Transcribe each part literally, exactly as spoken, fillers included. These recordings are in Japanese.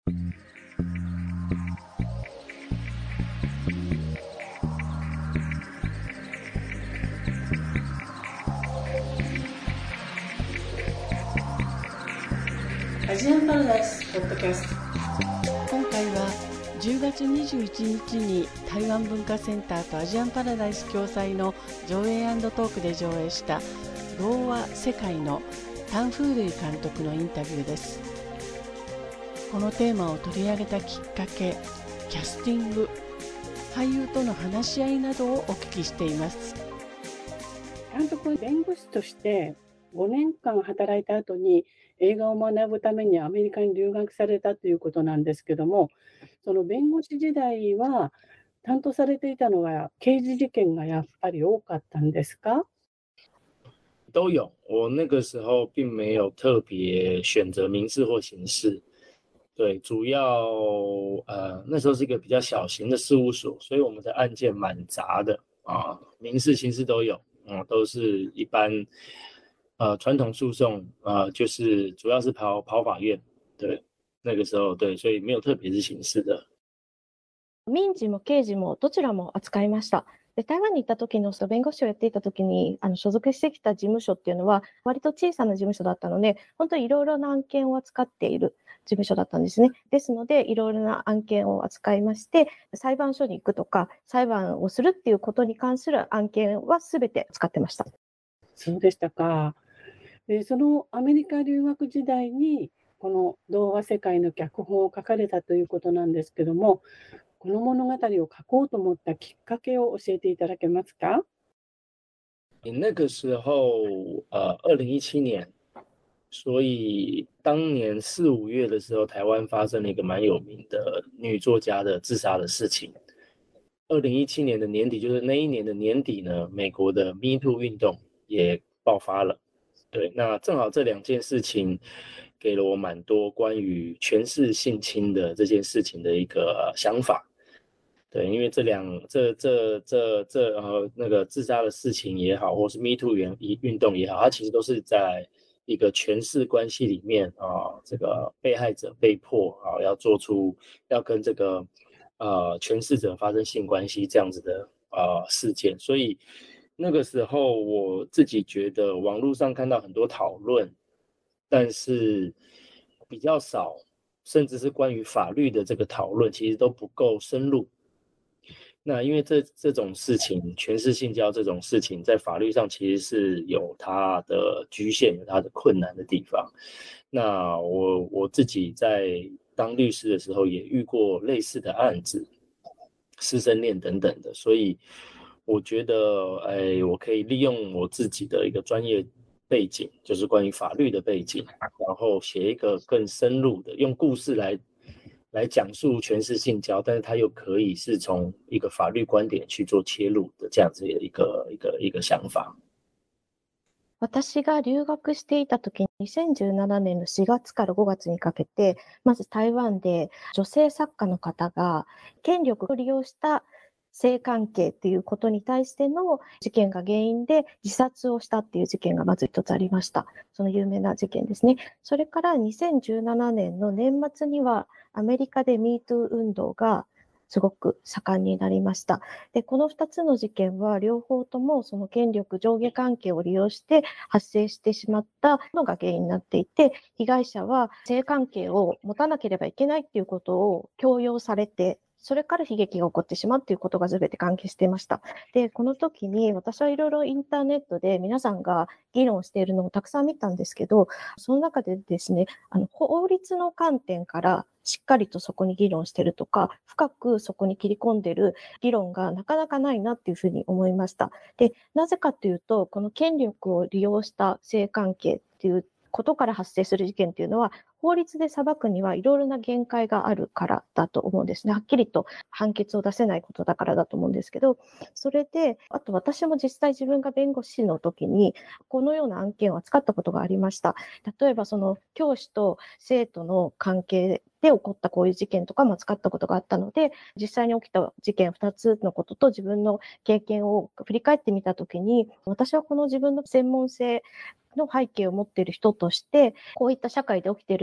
アジアンパラダイスポッドキャスト。 今回はじゅうがつにじゅういちにちに台湾文化センターとアジアンパラダイス共催の上映&トークで上映した童話世界のタン・フールイ監督のインタビューです。このテーマを取り上げたきっかけ、キャスティング、俳優との話し合いなどをお聞きしています。 監督は弁護士としてごねんかん働いた後に映画を学ぶためにアメリカに留学されたということなんですけども、その弁護士時代は担当されていたのは刑事事件がやっぱり多かったんですか？ 都有，我那个时候并没有特别选择民事或刑事，对，主要呃那时候是一个比较小型的事务所，所以我们的案件蛮杂的啊，民事、刑事都有，嗯，都是一般呃传统诉讼，呃就是主要是跑跑法院，对，那个时候对，所以没有特别是刑事的。 民事も刑事もどちらも扱いました。で台湾に行った時のその弁護士をやっていた時にあの所属してきた事務所っていうのは割と小さな事務所だったので、本当にいろいろな案件を扱っている事務所だったんですね。ですのでいろいろな案件を扱いまして、裁判所に行くとか裁判をするっていうことに関する案件は全て扱ってました。 そうでしたか。でそのアメリカ留学時代にこの童話世界の脚本を書かれたということなんですけども、この物語を書こうと思ったきっかけを教えていただけますか？ 那个时候，呃，二零一七年，所以当年四五月的时候，台湾发生了一个蛮有名的女作家的自杀的事情。二零一七年的年底，就是那一年的年底呢，美国的 Me Too 运动也爆发了。对，那正好这两件事情给了我蛮多关于权势性侵的这件事情的一个想法。对，因为这两这这这这呃那个自杀的事情也好，或是 Me Too 运动也好，它其实都是在一个权势关系里面啊，这个被害者被迫啊要做出要跟这个呃权势者发生性关系这样子的呃事件，所以那个时候我自己觉得网络上看到很多讨论，但是比较少，甚至是关于法律的这个讨论，其实都不够深入。那因为这这种事情，权势性交这种事情，在法律上其实是有它的局限，有它的困难的地方。那我我自己在当律师的时候，也遇过类似的案子，师生恋等等的，所以我觉得，哎，我可以利用我自己的一个专业背景，就是关于法律的背景，然后写一个更深入的，用故事来。来讲述权势性交，但是它又可以是从一个法律观点去做切入的这样子的一个一个一个想法。 私が留学していた時ににせんじゅうななねんのしがつからごがつにかけて、まず台湾で女性作家の方が権力を利用した性関係っていうことに対しての事件が原因で自殺をしたっていう事件がまず一つありました。その有名な事件ですね。それからにせんじゅうななねんの年末にはアメリカで Me Too 運動がすごく盛んになりました。で、このふたつの事件は両方ともその権力上下関係を利用して発生してしまったのが原因になっていて、被害者は性関係を持たなければいけないっていうことを強要されて、それから悲劇が起こってしまうということが全て関係していました。で、この時に私はいろいろインターネットで皆さんが議論しているのをたくさん見たんですけど、その中でですね、あの法律の観点からしっかりとそこに議論しているとか、深くそこに切り込んでいる議論がなかなかないなっていうふうに思いました。で、なぜかというと、この権力を利用した性関係っていうことから発生する事件っていうのは、法律で裁くにはいろいろな限界があるからだと思うんですね。はっきりと判決を出せないことだからだと思うんですけど、それで、あと私も実際自分が弁護士の時に、このような案件を扱ったことがありました。例えばその教師と生徒の関係で起こったこういう事件とかも扱ったことがあったので、実際に起きた事件ふたつのことと自分の経験を振り返ってみたときに、私はこの自分の専門性の背景を持っている人として、こういった社会で起きている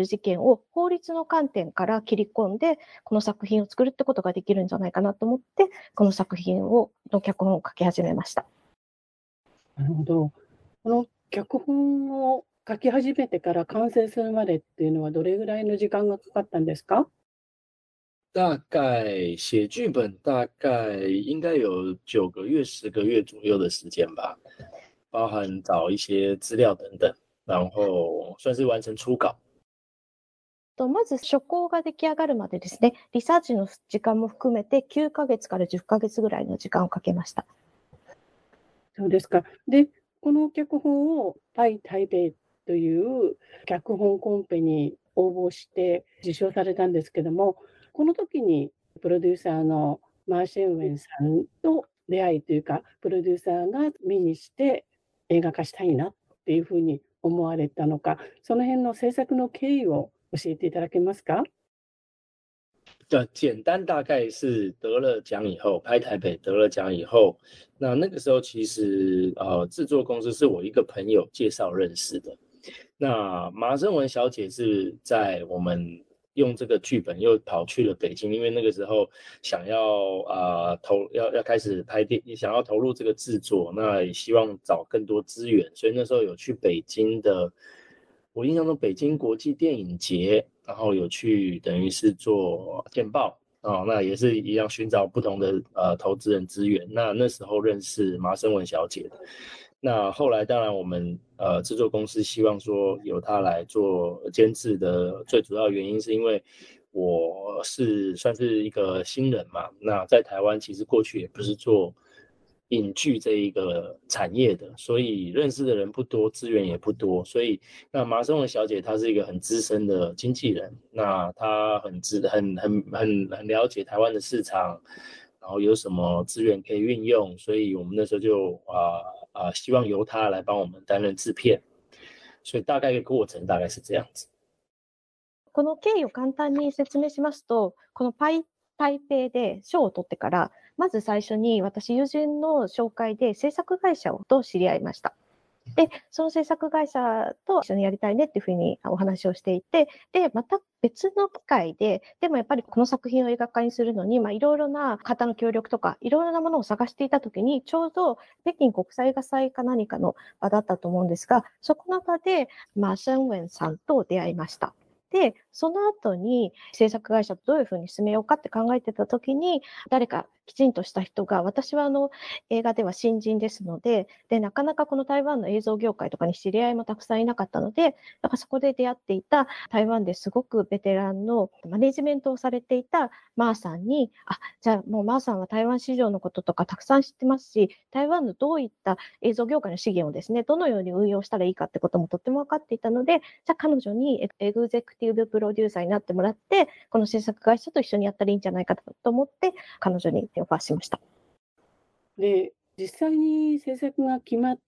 事件を法律の観点から切り込んで、この作品を作るってことができるんじゃないかなと思って、この作品を、の脚本を書き始めました。 なるほど。この脚本を書き始めてから完成するまでっていうのはどれぐらいの時間がかかったんですか？ 大概写剧本大概应该有九个月、十个月左右的时间吧，包含找一些资料等等，然后算是完成初稿。 とまず初稿が出来上がるまでですね、リサーチの時間も含めてきゅうかげつからじゅっかげつぐらいの時間をかけました。 そうですか。で、この脚本をパイ台北という脚本コンペに応募して受賞されたんですけども、この時にプロデューサーのマーシェンウェンさんと出会いというか、プロデューサーが目にして映画化したいなっていうふうに思われたのか、その辺の制作の経緯を教えていただけますか？ 呃，简单大概是得了奖以后，拍台北得了奖以后，那那个时候其实呃制作公司是我一个朋友介绍认识的。那麻生文小姐是在我们用这个剧本又跑去了北京，因为那个时候想要啊、呃、投要要开始拍电，想要投入这个制作，那也希望找更多资源，所以那时候有去北京的，我印象中北京国际电影节，然后有去等于是做简报。哦，那也是一样寻找不同的呃投资人资源。那那时候认识麻生文小姐的，那后来当然我们呃制作公司希望说由她来做监制的最主要原因是因为我是算是一个新人嘛，那在台湾其实过去也不是做影剧这一个产业的，所以认识的人不多，资源也不多，所以那麻生文小姐她是一个很资深的经纪人，那她很知很很很很了解台湾的市场，然后有什么资源可以运用，所以我们那时候就啊啊、呃呃、希望由她来帮我们担任制片，所以大概一个过程大概是这样子。 この経緯を簡単に説明しますと、このパイ台北で賞を取ってから、まず最初に私友人の紹介で制作会社と知り合いました。で、その制作会社と一緒にやりたいねっていうふうにお話をしていて、で、また別の機会で、でもやっぱりこの作品を映画化にするのに、まあいろいろな方の協力とか、いろいろなものを探していたときに、ちょうど北京国際映画祭か何かの場だったと思うんですが、そこの場でマーシェンウェンさんと出会いました。で、その後に制作会社とどういうふうに進めようかって考えてた時に、誰かきちんとした人が、私はあの映画では新人ですので、で、なかなかこの台湾の映像業界とかに知り合いもたくさんいなかったので、だからそこで出会っていた台湾ですごくベテランのマネジメントをされていたマーさんに、あ、じゃあもうマーさんは台湾市場のこととかたくさん知ってますし、台湾のどういった映像業界の資源をですね、どのように運用したらいいかってこともとっても分かっていたので、じゃあ彼女にエグゼクティブプロデューサーになってもらって、この制作会社と一緒にやったらいいんじゃないかと思って、彼女にオファーしました。 で、実際に制作が決まって、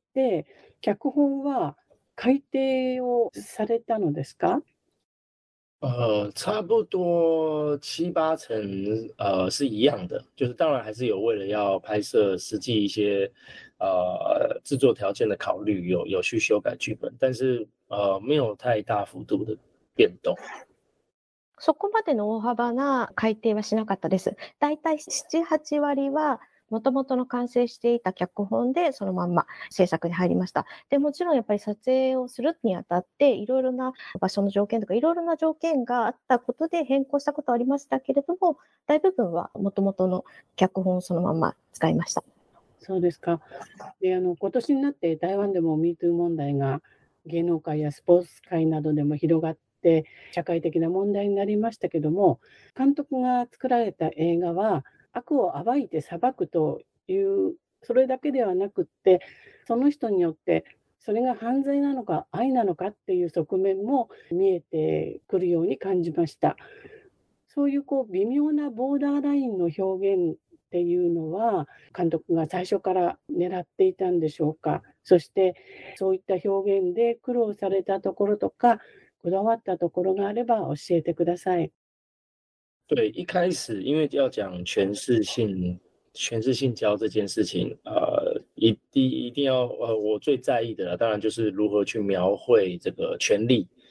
脚本は改訂をされたのですか？ 呃，差不多七八成，呃，是一样的，就是当然还是有为了要拍摄实际一些呃制作条件的考虑，有有去修改剧本，但是呃没有太大幅度的变动。 そこまでの大幅な改定はしなかったです。だいたいなな、はちわりは元々の完成していた脚本でそのまんま制作に入りました。で、もちろんやっぱり撮影をするにあたって、いろいろな場所の条件とかいろいろな条件があったことで変更したことはありましたけれども、大部分は元々の脚本をそのまんま使いました。 そうですか。で、あの、今年になって台湾でも ミートゥー 問題が芸能界やスポーツ界などでも広がって、社会的な問題になりましたけども、監督が作られた映画は、悪を暴いて裁くという、それだけではなくって、その人によって、それが犯罪なのか愛なのかっていう側面も見えてくるように感じました。そういうこう微妙なボーダーラインの表現っていうのは、監督が最初から狙っていたんでしょうか？そして、そういった表現で苦労されたところとか、こだわったところがあれば教えてください。 对，一开始因为要讲诠释性、诠释性交这件事情，呃，一定一定要呃，我最在意的当然就是如何去描绘这个权力、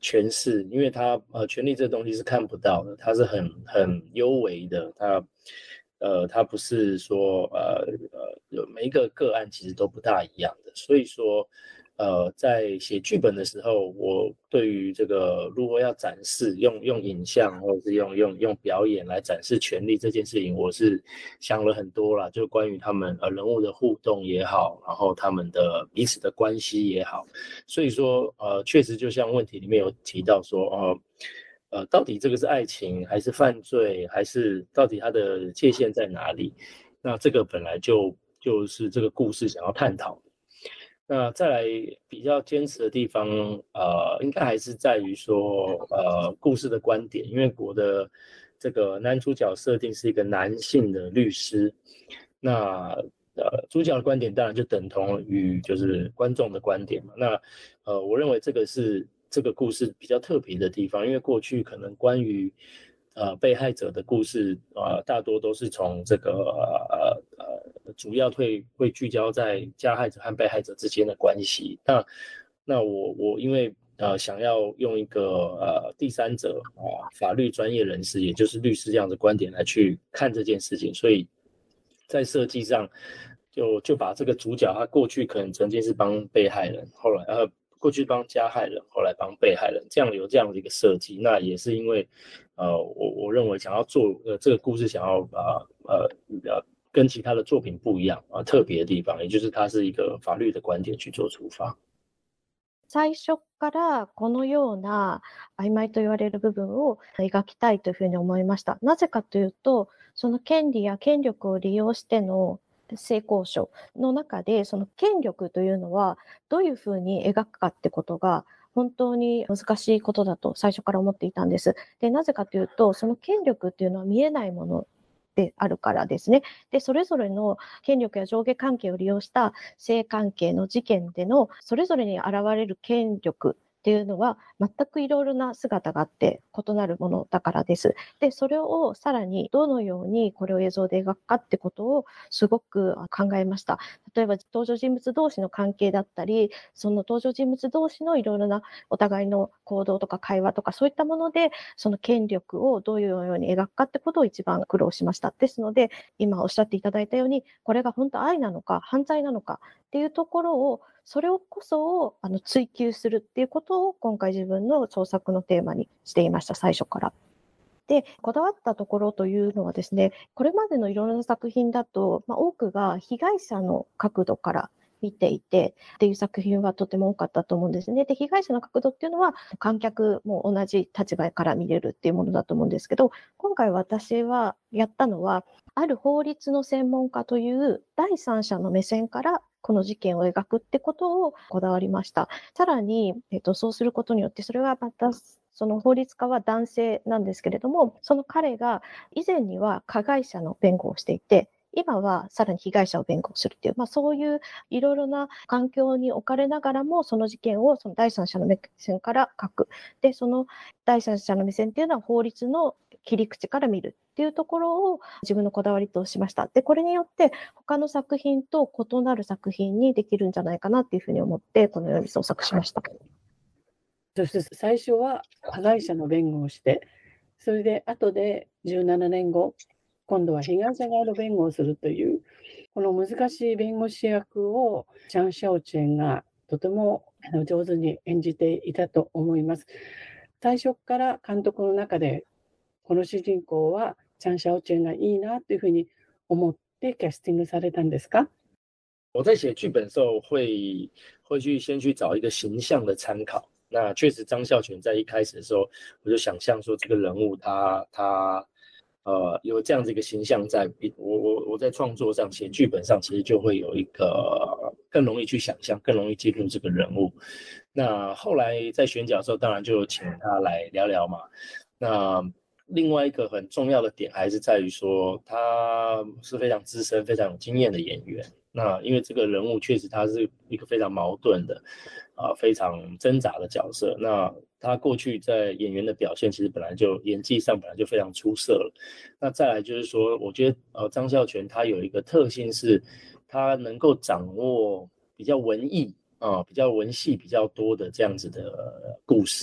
诠释，因为它呃权力这东西是看不到的，它是很很幽微的，它呃它不是说呃呃每一个个案其实都不大一样的，所以说呃在写剧本的时候，我对于这个如果要展示用用影像或者是用用用表演来展示权力这件事情，我是想了很多啦，就关于他们呃人物的互动也好，然后他们的彼此的关系也好，所以说呃确实就像问题里面有提到说呃呃到底这个是爱情还是犯罪，还是到底它的界限在哪里？那这个本来就就是这个故事想要探讨的。那再来比较坚持的地方，呃，应该还是在于说，呃，故事的观点，因为我的这个男主角设定是一个男性的律师，那呃，主角的观点当然就等同于就是观众的观点嘛。那呃，我认为这个是这个故事比较特别的地方，因为过去可能关于呃被害者的故事，呃，大多都是从这个呃呃主要会会聚焦在加害者和被害者之间的关系。那那我我因为呃想要用一个呃第三者啊、呃、法律专业人士，也就是律师这样的观点来去看这件事情，所以在设计上就就把这个主角他过去可能曾经是帮被害人，后来呃过去帮加害人，后来帮被害人，这样有这样的一个设计。那也是因为呃我我认为想要做呃这个故事想要呃呃呃跟其他的作品不一样啊、呃、特别的地方，也就是它是一个法律的观点去做出发。 最初からこのような曖昧と言われる部分を描きたいというふうに思いました。なぜかというと、その権利や権力を利用しての性交渉の中で、その権力というのはどういうふうに描くかってことが本当に難しいことだと最初から思っていたんです。で、なぜかというと、その権力っていうのは見えないものであるからですね。で、それぞれの権力や上下関係を利用した性関係の事件でのそれぞれに現れる権力っていうのは全くいろいろな姿があって異なるものだからです。で、それをさらにどのようにこれを映像で描くかってことをすごく考えました。例えば登場人物同士の関係だったり、その登場人物同士のいろいろなお互いの行動とか会話とかそういったもので、その権力をどういうように描くかってことを一番苦労しました。ですので、今おっしゃっていただいたように、これが本当愛なのか犯罪なのかっていうところを、それをこそをあの追求するっていうことを今回自分の創作のテーマにしていました、最初から。で、こだわったところというのはですね、これまでのいろいろな作品だと、まあ、多くが被害者の角度から見ていてっていう作品はとても多かったと思うんですね。で、被害者の角度っていうのは観客も同じ立場から見れるっていうものだと思うんですけど、今回私はやったのは、ある法律の専門家という第三者の目線からこの事件を描くってことをこだわりました。さらに、えっと、そうすることによって、それはまたその法律家は男性なんですけれども、その彼が以前には加害者の弁護をしていて、今はさらに被害者を弁護するっていう、まあ、そういういろいろな環境に置かれながらも、その事件をその第三者の目線から書く。で、その第三者の目線っていうのは法律の切り口から見るっていうところを自分のこだわりとしました。で、これによって他の作品と異なる作品にできるんじゃないかなっていうふうに思って、このように創作しました。 そして最初は加害者の弁護をして、それで後でじゅうななねんご、今度は被害者側の弁護をするという、この難しい弁護士役をチャン・シャオチェンがとても上手に演じていたと思います。最初から監督の中で、この主人公はチャン・シャオチェンがいいなというふうに思ってキャスティングされたんですか？ 我在写剧本的时候会会去先去找一个形象的参考。那确实张孝全在一开始的时候，我就想象说这个人物他他呃有这样子一个形象在，我我我在创作上写剧本上其实就会有一个更容易去想象，更容易进入这个人物。那后来在选角的时候，当然就请他来聊聊嘛。那另外一个很重要的点还是在于说他是非常资深、非常有经验的演员。那因为这个人物确实他是一个非常矛盾的啊、呃，非常挣扎的角色。那他过去在演员的表现其实本来就演技上本来就非常出色了。那再来就是说，我觉得呃张孝全他有一个特性是，他能够掌握比较文艺啊、呃、比较文戏比较多的这样子的故事。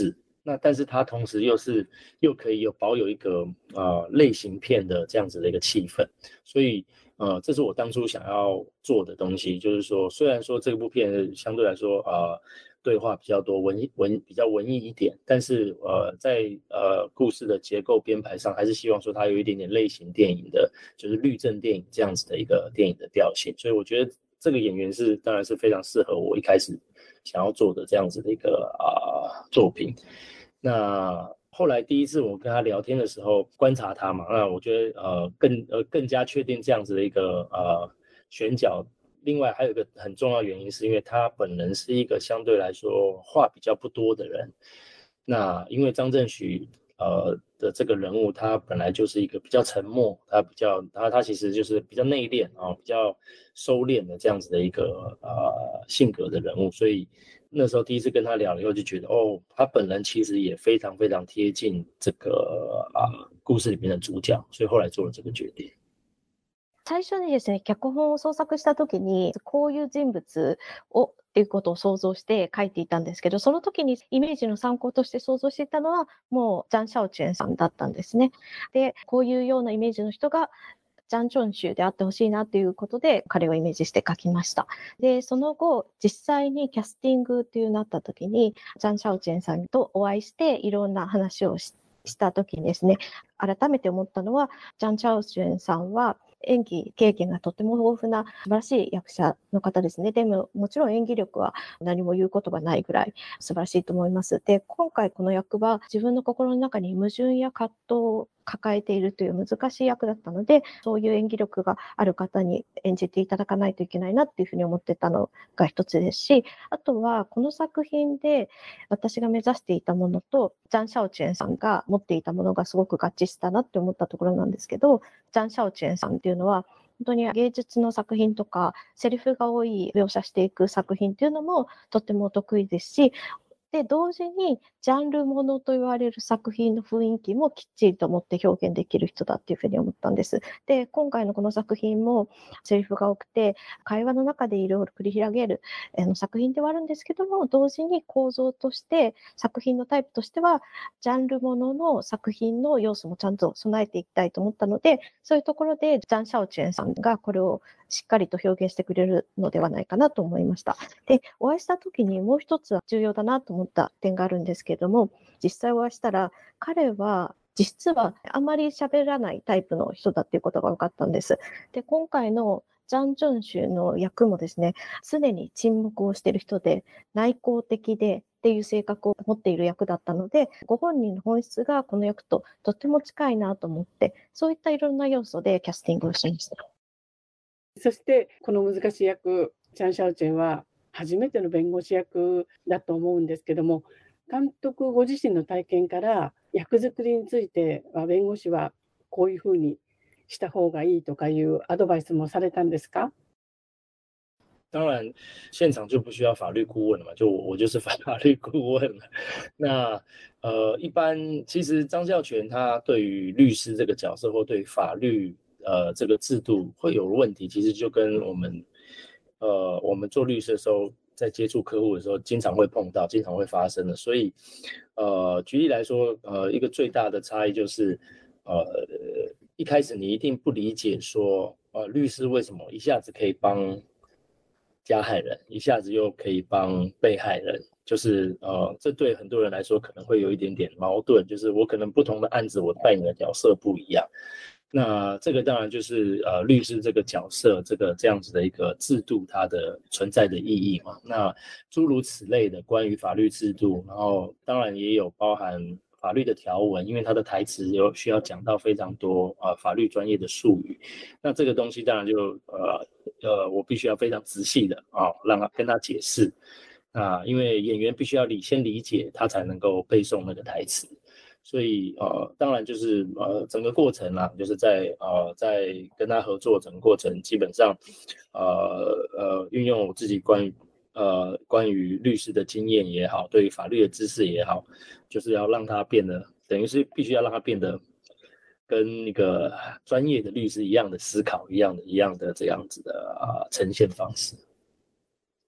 那但是它同时又是又可以有保有一个呃类型片的这样子的一个气氛，所以呃这是我当初想要做的东西，就是说虽然说这部片相对来说呃对话比较多，文文比较文艺一点，但是呃在呃故事的结构编排上，还是希望说它有一点点类型电影的，就是律政电影这样子的一个电影的调性，所以我觉得这个演员是当然是非常适合我一开始想要做的这样子的一个啊、呃、作品。那后来第一次我跟他聊天的时候，观察他嘛，那我觉得呃更呃更加确定这样子的一个呃选角。另外还有一个很重要的原因，是因为他本人是一个相对来说话比较不多的人。那因为张正许呃的这个人物，他本来就是一个比较沉默，他比较他他其实就是比较内敛啊、哦，比较收敛的这样子的一个呃性格的人物，所以那时候第一次跟他聊了以后，就觉得哦，他本人其实也非常非常贴近这个啊、呃、故事里面的主角，所以后来做了这个决定。 最初にですね、脚本を創作した時に、こういう人物をっていうことを想像して書いていたんですけど、その時にイメージの参考として想像していたのは、もうジャン・シャオチェンさんだったんですね。で、こういうようなイメージの人が、ジャン・チョンシュであってほしいなということで、彼をイメージして書きました。で、その後、実際にキャスティングっていうなった時に、ジャン・シャオチェンさんとお会いして、いろんな話をしした時にですね、改めて思ったのは、ジャン・シャオチェンさんは、演技経験がとても豊富な素晴らしい役者の方ですね。でも、もちろん演技力は何も言うことがないぐらい素晴らしいと思います。で、今回この役は自分の心の中に矛盾や葛藤を抱えているという難しい役だったので、そういう演技力がある方に演じていただかないといけないなっていうふうに思ってたのが一つですし、あとはこの作品で私が目指していたものと、ジャン・シャオチェンさんが持っていたものがすごく合致したなって思ったところなんですけど、ジャン・シャオチェンさんっていうのは、本当に芸術の作品とか、セリフが多い描写していく作品っていうのもとても得意ですし、で、同時にジャンルものと言われる作品の雰囲気もきっちりと持って表現できる人だっていうふうに思ったんです。で、今回のこの作品もセリフが多くて、会話の中でいろいろ繰り広げるあの作品ではあるんですけども、同時に構造として、作品のタイプとしては、ジャンルものの作品の要素もちゃんと備えていきたいと思ったので、そういうところでジャン・シャオチェンさんがこれをしっかりと表現してくれるのではないかなと思いました。で、お会いした時にもう一つ重要だなと思った点があるんですけれども、実際お会いしたら、彼は実はあまり喋らないタイプの人だっていうことが分かったんです。で、今回のジャン・ジョンシュの役もですね、常に沈黙をしている人で、内向的でっていう性格を持っている役だったので、ご本人の本質がこの役ととても近いなと思って、そういったいろんな要素でキャスティングをしました。 そしてこの難しい役、チャン・シャオチェンは初めての弁護士役だと思うんですけども、監督ご自身の体験から役作りについては弁護士はこういうふうにした方がいいとかいうアドバイスもされたんですか？ 当然，现场就不需要法律顾问了嘛，就我我就是法律顾问了。那呃，一般其实张孝全他对于律师这个角色或对于法律呃这个制度会有问题，其实就跟我们呃我们做律师的时候，在接触客户的时候，经常会碰到，经常会发生的。所以呃，举例来说，呃，一个最大的差异就是呃，一开始你一定不理解说，呃，律师为什么一下子可以帮加害人，一下子又可以帮被害人，就是呃，这对很多人来说可能会有一点点矛盾，就是我可能不同的案子我扮演的角色不一样。那这个当然就是呃律师这个角色，这个这样子的一个制度它的存在的意义嘛。那诸如此类的关于法律制度，然后当然也有包含法律的条文，因为它的台词有需要讲到非常多呃法律专业的术语。那这个东西当然就呃呃我必须要非常仔细的啊、哦、让他跟他解释啊，因为演员必须要理先理解他才能够背诵那个台词。所以呃，当然就是呃，整个过程啦，就是在呃，在跟他合作整个过程，基本上呃呃，运用我自己关于呃关于律师的经验也好，对于法律的知识也好，就是要让他变得，等于是必须要让他变得跟那个专业的律师一样的思考，一样的一样的这样子的啊、呃、呈现方式。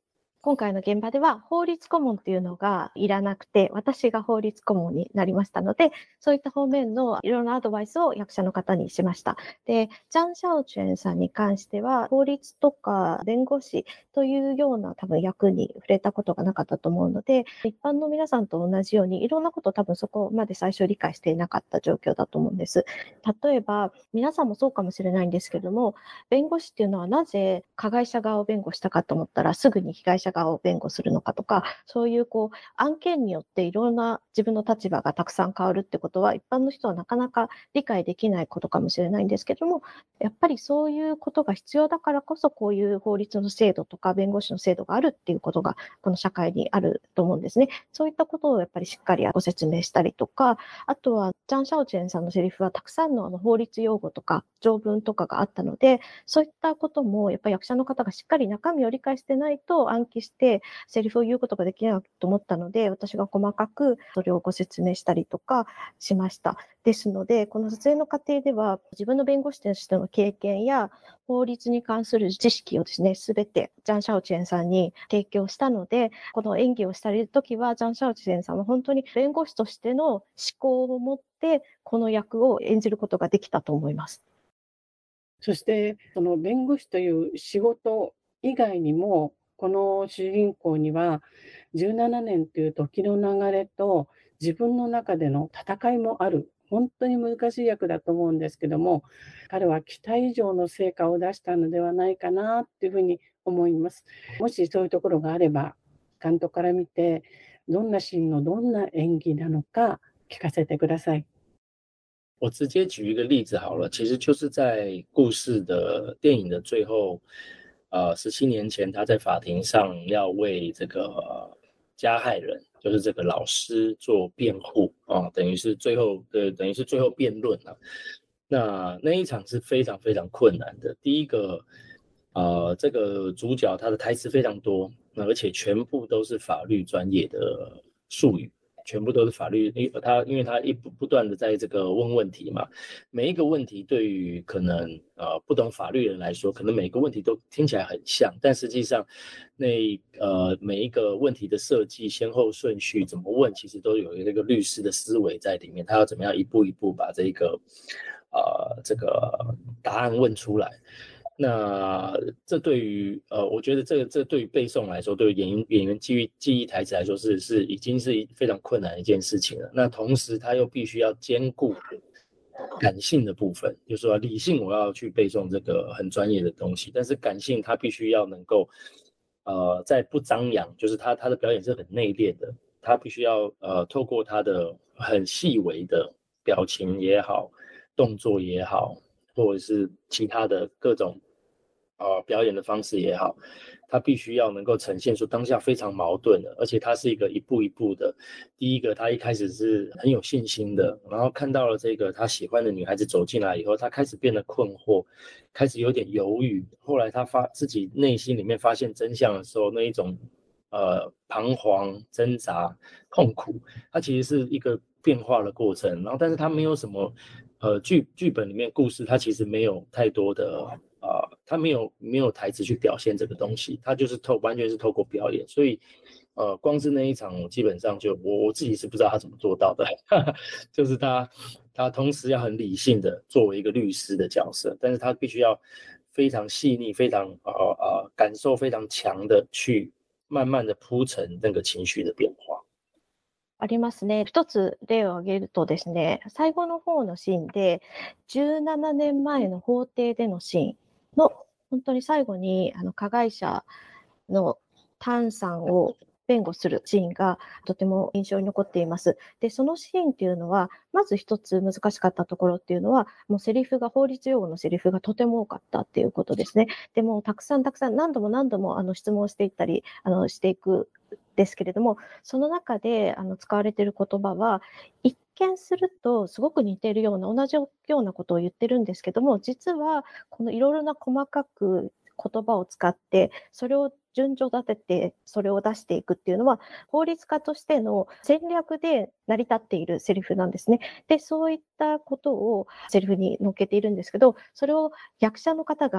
今回の現場では法律顧問っていうのがいらなくて、私が法律顧問になりましたので、そういった方面のいろんなアドバイスを役者の方にしました。で、ジャン・シャオチュエンさんに関しては、法律とか弁護士というような多分役に触れたことがなかったと思うので、一般の皆さんと同じようにいろんなことを多分そこまで最初理解していなかった状況だと思うんです。例えば、皆さんもそうかもしれないんですけども、弁護士っていうのはなぜ加害者側を弁護したかと思ったらすぐに被害者側を弁護するのかとか、そういうこう案件によっていろんな自分の立場がたくさん変わるってことは一般の人はなかなか理解できないことかもしれないんですけども、やっぱりそういうことが必要だからこそこういう法律の制度とか弁護士の制度があるっていうことがこの社会にあると思うんですね。そういったことをやっぱりしっかりご説明したりとか、あとはジャン・シャオチェンさんのセリフはたくさんのあの法律用語とか条文とかがあったので、そういったこともやっぱり役者の方がしっかり中身を理解してないと暗記してセリフを言うことができないと思ったので、私が細かくそれをご説明したりとかしました。ですので、この撮影の過程では自分の弁護士としての経験や法律に関する知識をですね、すべてジャン・シャオチェンさんに提供したので、この演技をしたりときはジャン・シャオチェンさんは本当に弁護士としての思考を持ってこの役を演じることができたと思います。 そして、その弁護士という仕事以外にも、この主人公にはじゅうななねんという時の流れと自分の中での戦いもある。本当に難しい役だと思うんですけども、彼は期待以上の成果を出したのではないかなっていうふうに思います。もしそういうところがあれば、監督から見て、どんなシーンのどんな演技なのか聞かせてください。 我直接举一个例子好了，其实就是在故事的电影的最后，呃，十七年前他在法庭上要为这个加害人，就是这个老师做辩护啊，等于是最后的，等于是最后辩论了。那那一场是非常非常困难的。第一个，呃，这个主角他的台词非常多，而且全部都是法律专业的术语。全部都是法律，因为他因为他一不不断的在这个问问题嘛，每一个问题对于可能呃不懂法律人来说，可能每个问题都听起来很像，但实际上那呃每一个问题的设计、先后顺序怎么问，其实都有那个律师的思维在里面，他要怎么样一步一步把这个呃这个答案问出来。那这对于呃，我觉得这个这对于背诵来说，对于演员演员记忆记忆台词来说是是已经是非常困难的一件事情了。那同时他又必须要兼顾感性的部分，就是说理性我要去背诵这个很专业的东西，但是感性他必须要能够呃在不张扬，就是他他的表演是很内敛的，他必须要呃透过他的很细微的表情也好，动作也好。或者是其他的各种呃表演的方式也好，他必须要能够呈现出当下非常矛盾的，而且他是一个一步一步的。第一个，他一开始是很有信心的，然后看到了这个他喜欢的女孩子走进来以后，他开始变得困惑，开始有点犹豫。后来他发自己内心里面发现真相的时候，那一种呃彷徨、挣扎、痛苦，它其实是一个变化的过程。然后，但是他没有什么。呃，剧剧本里面故事，它其实没有太多的呃，它没有没有台词去表现这个东西，它就是透完全是透过表演，所以呃，光是那一场，基本上就我我自己是不知道他怎么做到的，就是他他同时要很理性的作为一个律师的角色，但是他必须要非常细腻、非常呃呃感受非常强的去慢慢的铺陈那个情绪的变化。 ありますね。一つ例を挙げるとですね、最後の方のシーンで、じゅうななねんまえの法廷でのシーンの、本当に最後にあの加害者のタンさんを弁護するシーンがとても印象に残っています。で、そのシーンっていうのは、まず一つ難しかったところっていうのは、もうセリフが、法律用語のセリフがとても多かったっていうことですね。でも、たくさんたくさん何度も何度もあの質問していったり、あのしていくですけれども、その中であの使われている言葉は、一見するとすごく似ているような、同じようなことを言ってるんですけども、実はこのいろいろな細かく言葉を使って、それを順序立てて、それを出していくっていうのは、法律家としての戦略で成り立っているセリフなんですね。で、そういったことをセリフに載っけているんですけど、それを役者の方が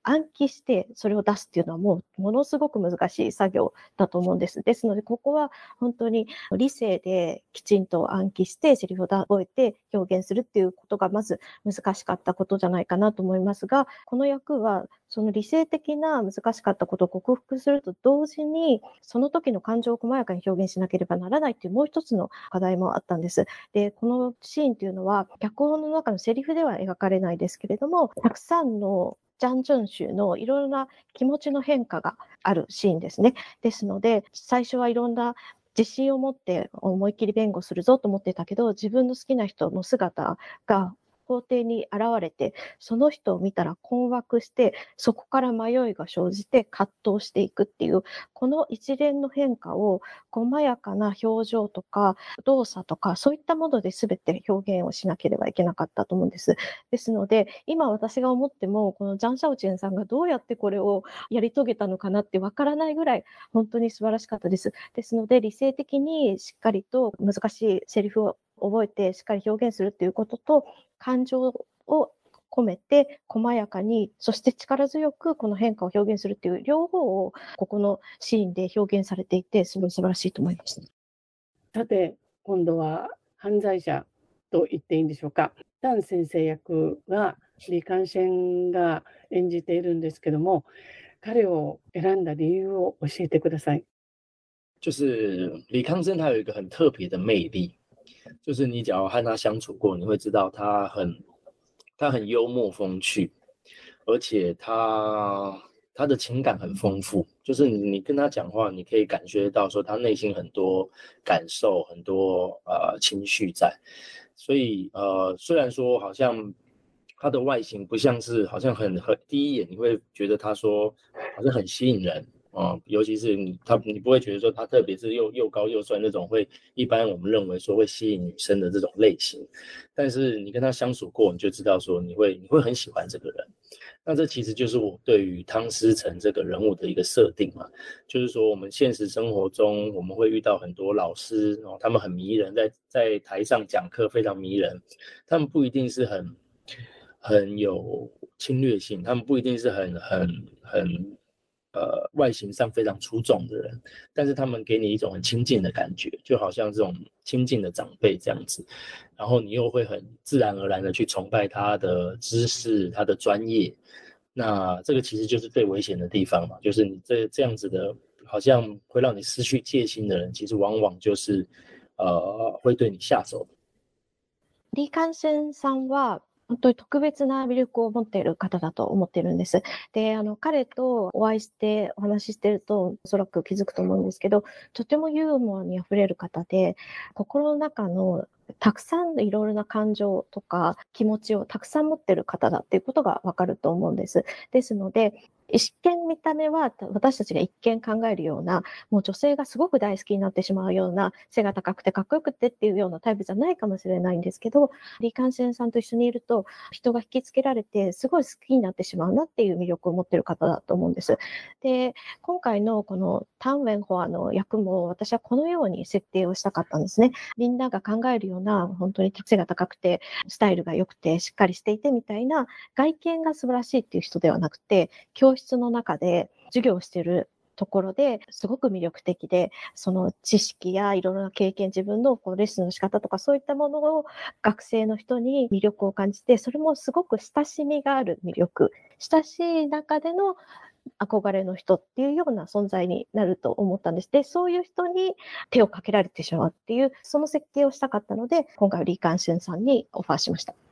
暗記してそれを出すっていうのはもうものすごく難しい作業だと思うんです。ですのでここは本当に理性できちんと暗記してセリフを覚えて表現するっていうことがまず難しかったことじゃないかなと思いますが、この役はその理性的な難しかったことを克服すると同時にその時の感情を細やかに表現しなければならないっていうもう一つの課題もあったんです。で、このシーンっていうのは脚本の中のセリフでは描かれないですけれども、たくさんのジャン・ジュン州のいろいろな気持ちの変化があるシーンですね。ですので、最初はいろんな自信を持って思いっきり弁護するぞと思ってたけど、自分の好きな人の姿が法廷に現れて、その人を見たら困惑して、そこから迷いが生じて葛藤していくっていう、この一連の変化を細やかな表情とか動作とかそういったもので全て表現をしなければいけなかったと思うんです。ですので、今私が思っても、このジャン・シャオチェンさんがどうやってこれをやり遂げたのかなってわからないぐらい本当に素晴らしかったです。ですので、理性的にしっかりと難しいセリフを覚えてしっかり表現するっていうことと、感情を込めて細やかに、そして力強くこの変化を表現するっていう両方をここのシーンで表現されていて、すごい素晴らしいと思いました。 さて、今度は犯罪者と言っていいんでしょうか。ダン先生役は李監シが演じているんですけども、彼を選んだ理由を教えてください。 就是李康生他有一个很特别的魅力，就是你只要和他相处过，你会知道他很他很幽默风趣，而且他他的情感很丰富，就是你你跟他讲话，你可以感觉到说他内心很多感受，很多呃情绪在。所以呃，虽然说好像他的外形不像是好像很很第一眼你会觉得他说好像很吸引人。嗯，尤其是你他你不会觉得说他特别是又又高又帅那种会一般我们认为说会吸引女生的这种类型，但是你跟他相处过，你就知道说你会你会很喜欢这个人。那这其实就是我对于汤思成这个人物的一个设定嘛，就是说我们现实生活中我们会遇到很多老师，哦，他们很迷人，在在台上讲课非常迷人，他们不一定是很很有侵略性，他们不一定是很很很呃外形上非常出众的人，但是他们给你一种很亲近的感觉，就好像这种亲近的长辈这样子，然后你又会很自然而然的去崇拜他的知识、他的专业。那这个其实就是最危险的地方嘛，就是你这这样子的，好像会让你失去戒心的人，其实往往就是呃会对你下手。 李監シさんは本当に特別な魅力を持っている方だと思っているんです。で、あの、彼とお会いしてお話ししてると、おそらく気づくと思うんですけど、とてもユーモアに溢れる方で、心の中のたくさんのいろいろな感情とか気持ちをたくさん持っている方だっていうことがわかると思うんです。ですので、一見見た目は私たちが一見考えるような、もう女性がすごく大好きになってしまうような、背が高くてかっこよくてっていうようなタイプじゃないかもしれないんですけど、李監シさんと一緒にいると人が引きつけられてすごい好きになってしまうなっていう魅力を持っている方だと思うんです。で、今回のこのタン・ウェンホアの役も私はこのように設定をしたかったんですね。みんなが考えるような本当に背が高くてスタイルが良くてしっかりしていてみたいな外見が素晴らしいっていう人ではなくて、教室の中で授業をしているところですごく魅力的で、その知識やいろいろな経験、自分のこうレッスンの仕方とかそういったものを学生の人に魅力を感じて、それもすごく親しみがある魅力、親しい中での憧れの人っていうような存在になると思ったんです。で、そういう人に手をかけられてしまうっていう、その設計をしたかったので、今回は李監シさんにオファーしました。